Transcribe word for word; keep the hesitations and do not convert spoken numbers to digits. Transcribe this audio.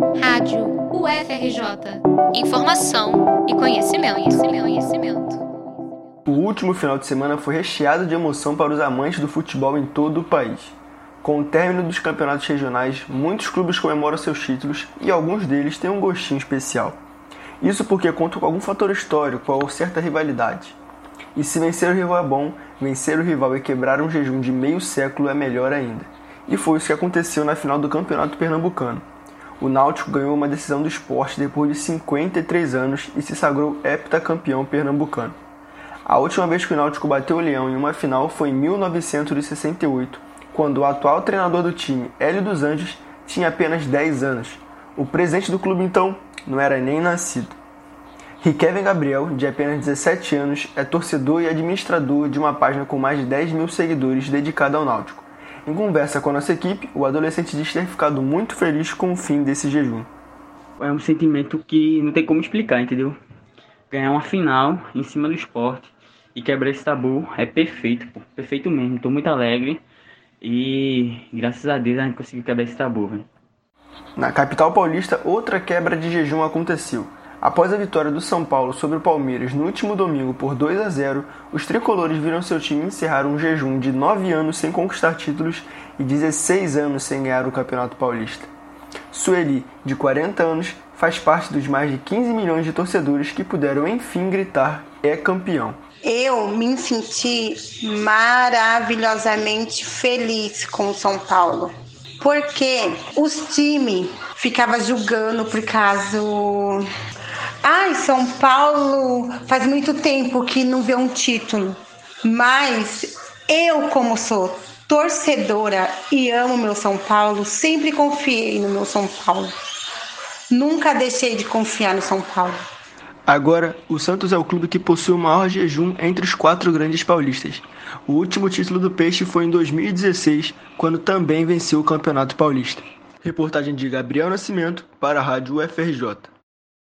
Rádio U F R J. Informação e conhecimento, conhecimento, conhecimento. O último final de semana foi recheado de emoção para os amantes do futebol em todo o país. Com o término dos campeonatos regionais, muitos clubes comemoram seus títulos e alguns deles têm um gostinho especial. Isso porque contam com algum fator histórico ou certa rivalidade. E se vencer o rival é bom, vencer o rival e quebrar um jejum de meio século é melhor ainda. E foi isso que aconteceu na final do Campeonato Pernambucano. O Náutico ganhou uma decisão do Sport depois de cinquenta e três anos e se sagrou heptacampeão pernambucano. A última vez que o Náutico bateu o Leão em uma final foi em mil novecentos e sessenta e oito, quando o atual treinador do time, Hélio dos Anjos, tinha apenas dez anos. O presidente do clube, então, não era nem nascido. Riquelme Gabriel, de apenas dezessete anos, é torcedor e administrador de uma página com mais de dez mil seguidores dedicada ao Náutico. Em conversa com a nossa equipe, o adolescente diz ter ficado muito feliz com o fim desse jejum. É um sentimento que não tem como explicar, entendeu? Ganhar uma final em cima do Sport e quebrar esse tabu é perfeito, pô. Perfeito mesmo. Tô muito alegre e graças a Deus a gente conseguiu quebrar esse tabu, velho. Na capital paulista, outra quebra de jejum aconteceu. Após a vitória do São Paulo sobre o Palmeiras no último domingo por dois a zero, os tricolores viram seu time encerrar um jejum de nove anos sem conquistar títulos e dezesseis anos sem ganhar o Campeonato Paulista. Sueli, de quarenta anos, faz parte dos mais de quinze milhões de torcedores que puderam enfim gritar "é campeão". Eu me senti maravilhosamente feliz com o São Paulo, porque os times ficavam julgando por caso... Ai, São Paulo faz muito tempo que não vê um título, mas eu, como sou torcedora e amo meu São Paulo, sempre confiei no meu São Paulo. Nunca deixei de confiar no São Paulo. Agora, o Santos é o clube que possui o maior jejum entre os quatro grandes paulistas. O último título do Peixe foi em dois mil e dezesseis, quando também venceu o Campeonato Paulista. Reportagem de Gabriel Nascimento para a Rádio U F R J.